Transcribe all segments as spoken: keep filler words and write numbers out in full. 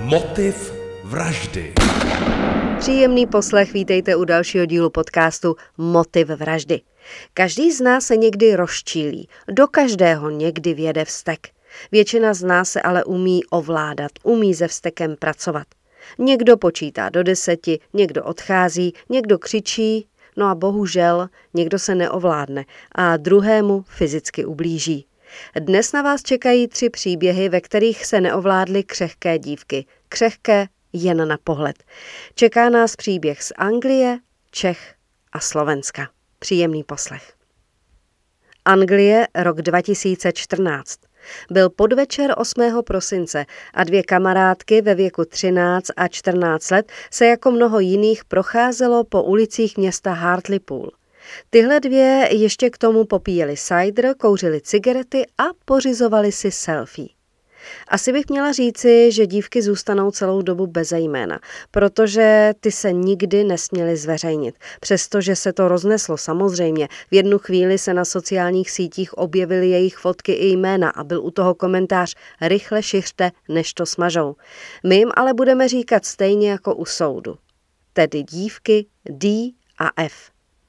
Motiv vraždy. Příjemný poslech, vítejte u dalšího dílu podcastu Motiv vraždy. Každý z nás se někdy rozčílí, do každého někdy vjede vztek. Většina z nás se ale umí ovládat, umí se vztekem pracovat. Někdo počítá do deseti, někdo odchází, někdo křičí, no a bohužel někdo se neovládne a druhému fyzicky ublíží. Dnes na vás čekají tři příběhy, ve kterých se neovládly křehké dívky. Křehké jen na pohled. Čeká nás příběh z Anglie, Čech a Slovenska. Příjemný poslech. Anglie, rok dva tisíce čtrnáct. Byl podvečer osmého prosince a dvě kamarádky ve věku třináct a čtrnáct let se jako mnoho jiných procházelo po ulicích města Hartlepool. Tyhle dvě ještě k tomu popíjeli cider, kouřili cigarety a pořizovali si selfie. Asi bych měla říci, že dívky zůstanou celou dobu beze jména, protože ty se nikdy nesměly zveřejnit. Přestože se to rozneslo samozřejmě, v jednu chvíli se na sociálních sítích objevily jejich fotky i jména a byl u toho komentář rychle šiřte, než to smažou. My jim ale budeme říkat stejně jako u soudu. Tedy dívky D a F.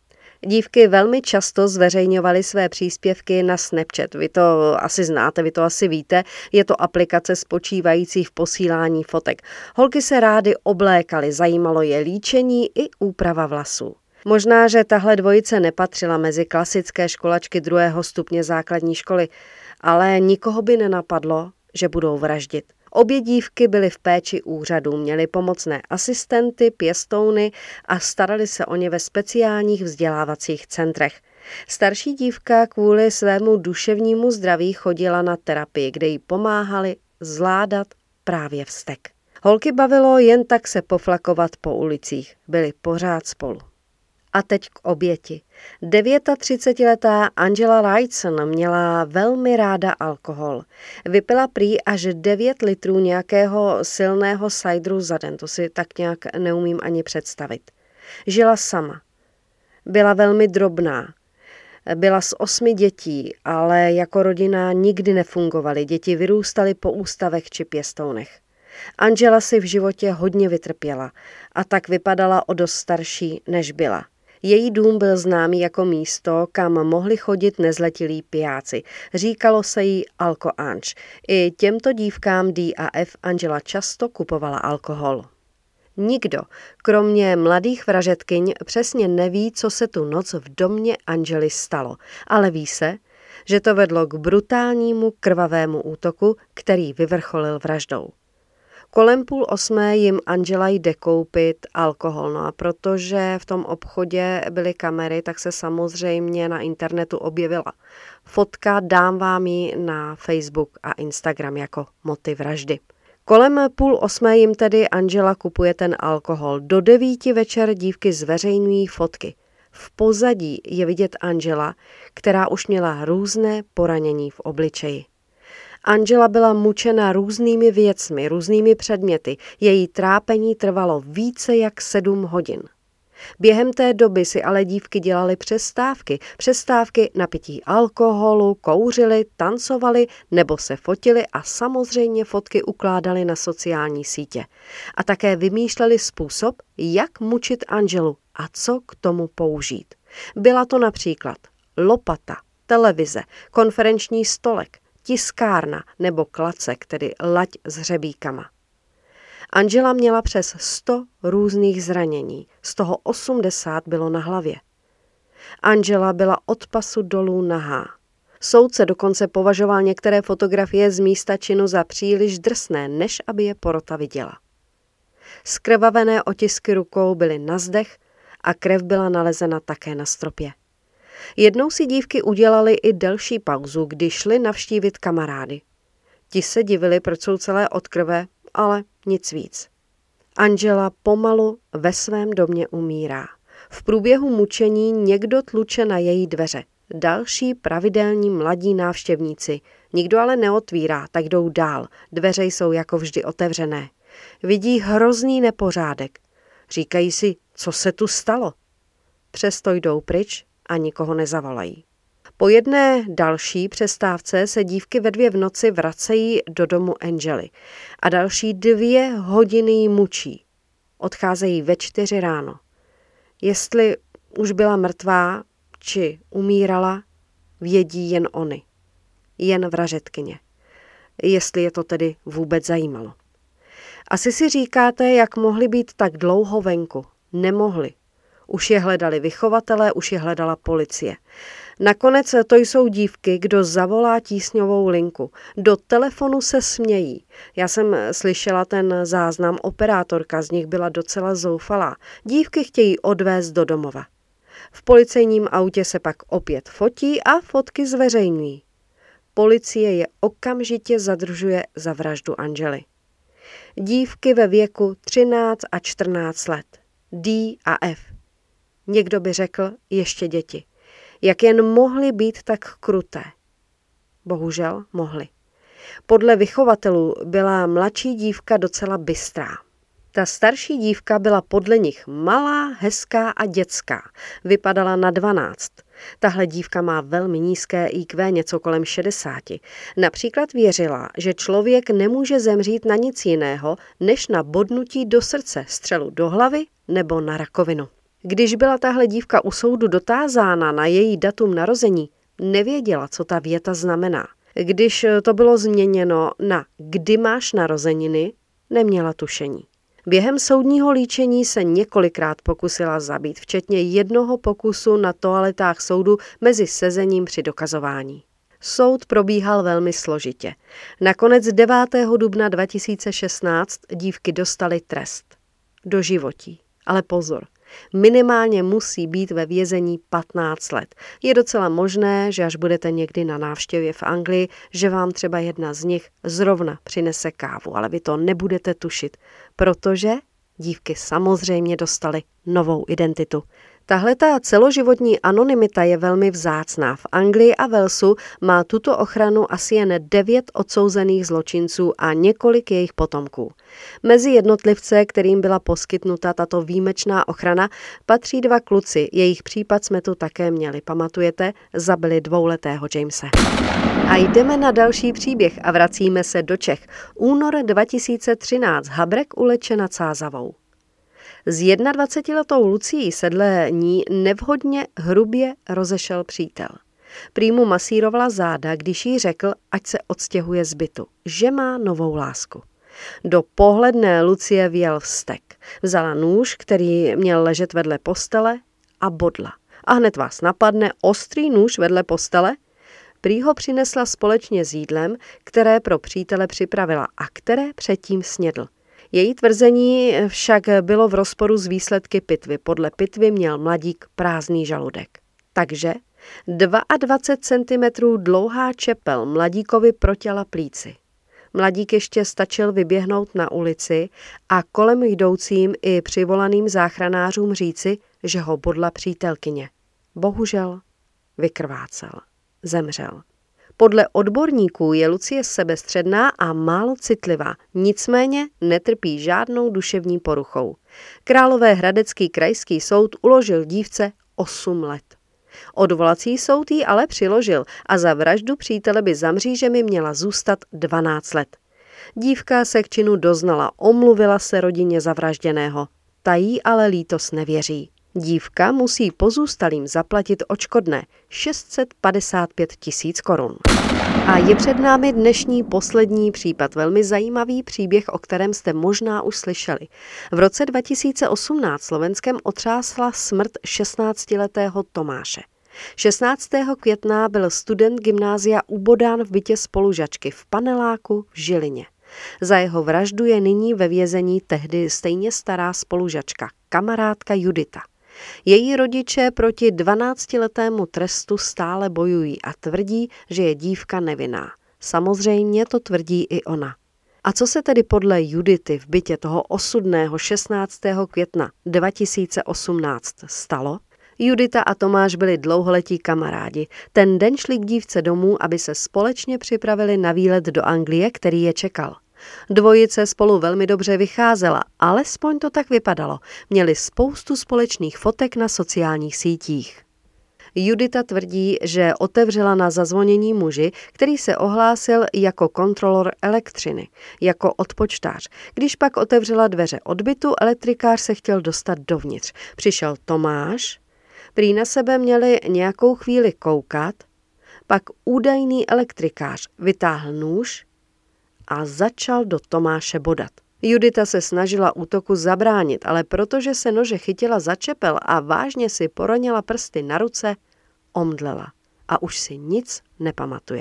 Dívky velmi často zveřejňovaly své příspěvky na Snapchat. Vy to asi znáte, vy to asi víte. Je to aplikace spočívající v posílání fotek. Holky se rády oblékaly, zajímalo je líčení i úprava vlasů. Možná, že tahle dvojice nepatřila mezi klasické školačky druhého stupně základní školy, ale nikoho by nenapadlo, že budou vraždit. Obě dívky byly v péči úřadů, měly pomocné asistenty, pěstouny a starali se o ně ve speciálních vzdělávacích centrech. Starší dívka kvůli svému duševnímu zdraví chodila na terapii, kde jí pomáhali zvládat právě vztek. Holky bavilo jen tak se poflakovat po ulicích, byly pořád spolu. A teď k oběti. třicetidevětiletá Angela Wrightson měla velmi ráda alkohol. Vypila prý až devět litrů nějakého silného cideru za den, to si tak nějak neumím ani představit. Žila sama. Byla velmi drobná. Byla z osmi dětí, ale jako rodina nikdy nefungovaly. Děti vyrůstaly po ústavech či pěstounech. Angela si v životě hodně vytrpěla a tak vypadala o dost starší, než byla. Její dům byl známý jako místo, kam mohli chodit nezletilí pijáci. Říkalo se jí Alko Ange. I těmto dívkám D a F Angela často kupovala alkohol. Nikdo, kromě mladých vražedkyň, přesně neví, co se tu noc v domě Angely stalo, ale ví se, že to vedlo k brutálnímu krvavému útoku, který vyvrcholil vraždou. Kolem půl osmé jim Angela jde koupit alkohol, no a protože v tom obchodě byly kamery, tak se samozřejmě na internetu objevila fotka, dám vám ji na Facebook a Instagram jako motiv vraždy. Kolem půl osmé jim tedy Angela kupuje ten alkohol. Do devíti večer dívky zveřejňují fotky. V pozadí je vidět Angela, která už měla různé poranění v obličeji. Angela byla mučena různými věcmi, různými předměty. Její trápení trvalo více jak sedm hodin. Během té doby si ale dívky dělaly přestávky. Přestávky na pití alkoholu, kouřily, tancovali nebo se fotili a samozřejmě fotky ukládali na sociální sítě. A také vymýšleli způsob, jak mučit Angelu a co k tomu použít. Byla to například lopata, televize, konferenční stolek, tiskárna nebo klacek, tedy laď s hřebíkama. Angela měla přes sto různých zranění, z toho osmdesát bylo na hlavě. Angela byla od pasu dolů nahá. Soudce dokonce považoval některé fotografie z místa činu za příliš drsné, než aby je porota viděla. Zkrvavené otisky rukou byly na zdech a krev byla nalezena také na stropě. Jednou si dívky udělali i delší pauzu, kdy šli navštívit kamarády. Ti se divili, proč jsou celé od krve, ale nic víc. Angela pomalu ve svém domě umírá. V průběhu mučení někdo tluče na její dveře. Další pravidelní mladí návštěvníci. Nikdo ale neotvírá, tak jdou dál. Dveře jsou jako vždy otevřené. Vidí hrozný nepořádek. Říkají si, co se tu stalo. Přesto jdou pryč a nikoho nezavolají. Po jedné další přestávce se dívky ve dvě v noci vracejí do domu Angely a další dvě hodiny ji mučí. Odcházejí ve čtyři ráno. Jestli už byla mrtvá či umírala, vědí jen oni. Jen vražedkyně. Jestli je to tedy vůbec zajímalo. Asi si říkáte, jak mohli být tak dlouho venku. Nemohli. Už je hledali vychovatelé, už je hledala policie. Nakonec to jsou dívky, kdo zavolá tísňovou linku. Do telefonu se smějí. Já jsem slyšela ten záznam, operátorka z nich byla docela zoufalá. Dívky chtějí odvést do domova. V policejním autě se pak opět fotí a fotky zveřejňují. Policie je okamžitě zadržuje za vraždu Angely. Dívky ve věku třináct a čtrnáct let. D a F. Někdo by řekl ještě děti. Jak jen mohly být tak kruté? Bohužel mohly. Podle vychovatelů byla mladší dívka docela bystrá. Ta starší dívka byla podle nich malá, hezká a dětská. Vypadala na dvanáct. Tahle dívka má velmi nízké í kvé, něco kolem šedesáti. Například věřila, že člověk nemůže zemřít na nic jiného, než na bodnutí do srdce, střelu do hlavy nebo na rakovinu. Když byla tahle dívka u soudu dotázána na její datum narození, nevěděla, co ta věta znamená. Když to bylo změněno na kdy máš narozeniny, neměla tušení. Během soudního líčení se několikrát pokusila zabít, včetně jednoho pokusu na toaletách soudu mezi sezením při dokazování. Soud probíhal velmi složitě. Nakonec devátého dubna dva tisíce šestnáct dívky dostaly trest. Doživotí. Ale pozor. Minimálně musí být ve vězení patnáct let. Je docela možné, že až budete někdy na návštěvě v Anglii, že vám třeba jedna z nich zrovna přinese kávu, ale vy to nebudete tušit, protože dívky samozřejmě dostaly novou identitu. Tahle ta celoživotní anonymita je velmi vzácná. V Anglii a Walesu má tuto ochranu asi jen devět odsouzených zločinců a několik jejich potomků. Mezi jednotlivce, kterým byla poskytnuta tato výjimečná ochrana, patří dva kluci. Jejich případ jsme tu také měli. Pamatujete? Zabili dvouletého Jamese. A jdeme na další příběh a vracíme se do Čech. Únor dva tisíce třináct. Habrek uleče nad Sázavou. S jednadvacetiletou Lucií se dle ní nevhodně hrubě rozešel přítel. Prý mu masírovala záda, když jí řekl, ať se odstěhuje z bytu, že má novou lásku. Do pohledné Lucie vjel vztek. Vzala nůž, který měl ležet vedle postele, a bodla. A hned vás napadne ostrý nůž vedle postele? Prý ho přinesla společně s jídlem, které pro přítele připravila a které předtím snědl. Její tvrzení však bylo v rozporu s výsledky pitvy. Podle pitvy měl mladík prázdný žaludek. Takže dvacet dva centimetrů dlouhá čepel mladíkovi protěla plíci. Mladík ještě stačil vyběhnout na ulici a kolem jdoucím i přivolaným záchranářům říci, že ho bodla přítelkyně. Bohužel vykrvácel. Zemřel. Podle odborníků je Lucie sebestředná a málo citlivá, nicméně netrpí žádnou duševní poruchou. Královéhradecký krajský soud uložil dívce osm let. Odvolací soud jí ale přiložil a za vraždu přítele by za mřížemi měla zůstat dvanáct let. Dívka se k činu doznala, omluvila se rodině zavražděného. Ta jí ale lítost nevěří. Dívka musí pozůstalým zaplatit odškodné šest set padesát pět tisíc korun. A je před námi dnešní poslední případ, velmi zajímavý příběh, o kterém jste možná už slyšeli. V roce dva tisíce osmnáct Slovenskem otřásla smrt šestnáctiletého Tomáše. šestnáctého května byl student gymnázia ubodán v bytě spolužačky v paneláku v Žilině. Za jeho vraždu je nyní ve vězení tehdy stejně stará spolužačka, kamarádka Judita. Její rodiče proti dvanáctiletému trestu stále bojují a tvrdí, že je dívka nevinná. Samozřejmě to tvrdí i ona. A co se tedy podle Judity v bytě toho osudného šestnáctého května dva tisíce osmnáct stalo? Judita a Tomáš byli dlouholetí kamarádi. Ten den šli k dívce domů, aby se společně připravili na výlet do Anglie, který je čekal. Dvojice spolu velmi dobře vycházela, alespoň to tak vypadalo. Měli spoustu společných fotek na sociálních sítích. Judita tvrdí, že otevřela na zazvonění muži, který se ohlásil jako kontrolor elektřiny, jako odpočtář. Když pak otevřela dveře od bytu, elektrikář se chtěl dostat dovnitř. Přišel Tomáš, prý na sebe měli nějakou chvíli koukat, pak údajný elektrikář vytáhl nůž a začal do Tomáše bodat. Judita se snažila útoku zabránit, ale protože se nože chytila za čepel a vážně si poronila prsty na ruce, omdlela a už si nic nepamatuje.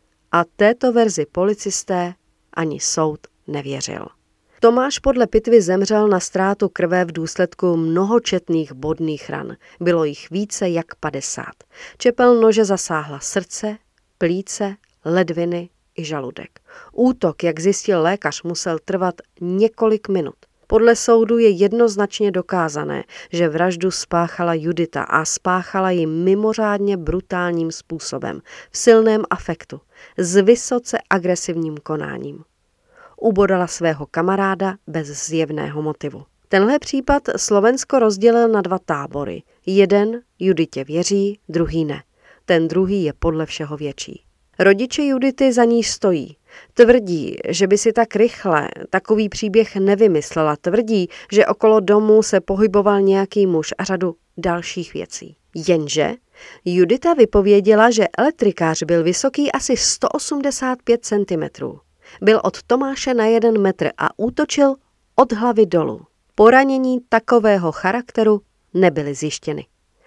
A této verzi policisté ani soud nevěřil. Tomáš podle pitvy zemřel na ztrátu krve v důsledku mnohočetných bodných ran. Bylo jich více jak padesát. Čepel nože zasáhla srdce, plíce, ledviny i žaludek. Útok, jak zjistil lékař, musel trvat několik minut. Podle soudu je jednoznačně dokázané, že vraždu spáchala Judita a spáchala ji mimořádně brutálním způsobem, v silném afektu, s vysoce agresivním konáním. Ubodala svého kamaráda bez zjevného motivu. Tenhle případ Slovensko rozdělil na dva tábory. Jeden Juditě věří, druhý ne. Ten druhý je podle všeho větší. Rodiče Judity za ní stojí. Tvrdí, že by si tak rychle takový příběh nevymyslela. Tvrdí, že okolo domu se pohyboval nějaký muž a řadu dalších věcí. Jenže Judita vypověděla, že elektrikář byl vysoký asi sto osmdesát pět centimetrů. Byl od Tomáše na jeden metr a útočil od hlavy dolů. Poranění takového charakteru nebyly zjištěny.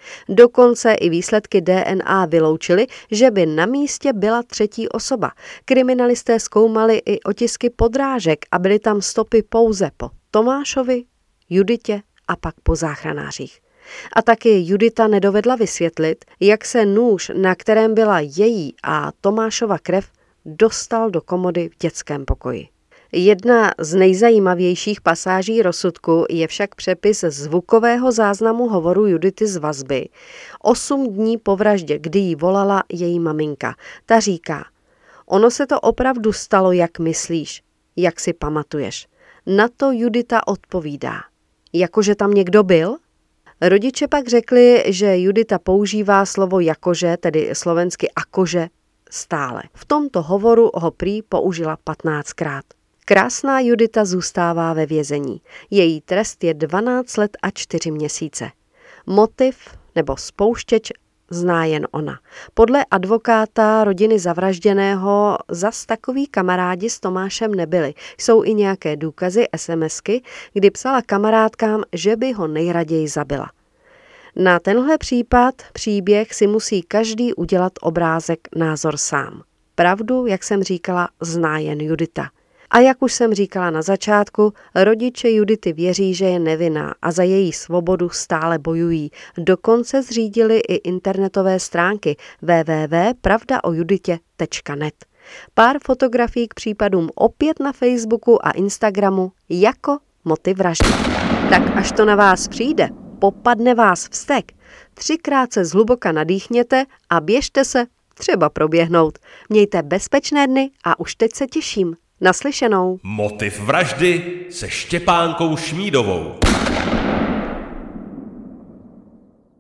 Dokonce i výsledky D N A vyloučily, že by na místě byla třetí osoba. Kriminalisté zkoumali i otisky podrážek a byly tam stopy pouze po Tomášovi, Juditě a pak po záchranářích. A taky Judita nedovedla vysvětlit, jak se nůž, na kterém byla její a Tomášova krev, dostal do komody v dětském pokoji. Jedna z nejzajímavějších pasáží rozsudku je však přepis zvukového záznamu hovoru Judity z vazby. Osm dní po vraždě, kdy jí volala její maminka. Ta říká, ono se to opravdu stalo, jak myslíš, jak si pamatuješ. Na to Judita odpovídá, jakože tam někdo byl? Rodiče pak řekli, že Judita používá slovo jakože, tedy slovensky akože, stále. V tomto hovoru ho prý použila patnáctkrát. Krásná Judita zůstává ve vězení. Její trest je dvanáct let a čtyři měsíce. Motiv nebo spouštěč zná jen ona. Podle advokáta rodiny zavražděného zas takový kamarádi s Tomášem nebyli. Jsou i nějaké důkazy, SMSky, kdy psala kamarádkám, že by ho nejraději zabila. Na tenhle případ, příběh si musí každý udělat obrázek, názor sám. Pravdu, jak jsem říkala, zná jen Judita. A jak už jsem říkala na začátku, rodiče Judity věří, že je nevinná a za její svobodu stále bojují. Dokonce zřídili i internetové stránky w w w tečka pravda o juditě tečka net. Pár fotografií k případům opět na Facebooku a Instagramu jako motiv vraždy. Tak až to na vás přijde, popadne vás vztek, třikrát se zhluboka nadýchněte a běžte se třeba proběhnout. Mějte bezpečné dny a už teď se těším. Naslyšenou. Motiv vraždy se Štěpánkou Šmídovou.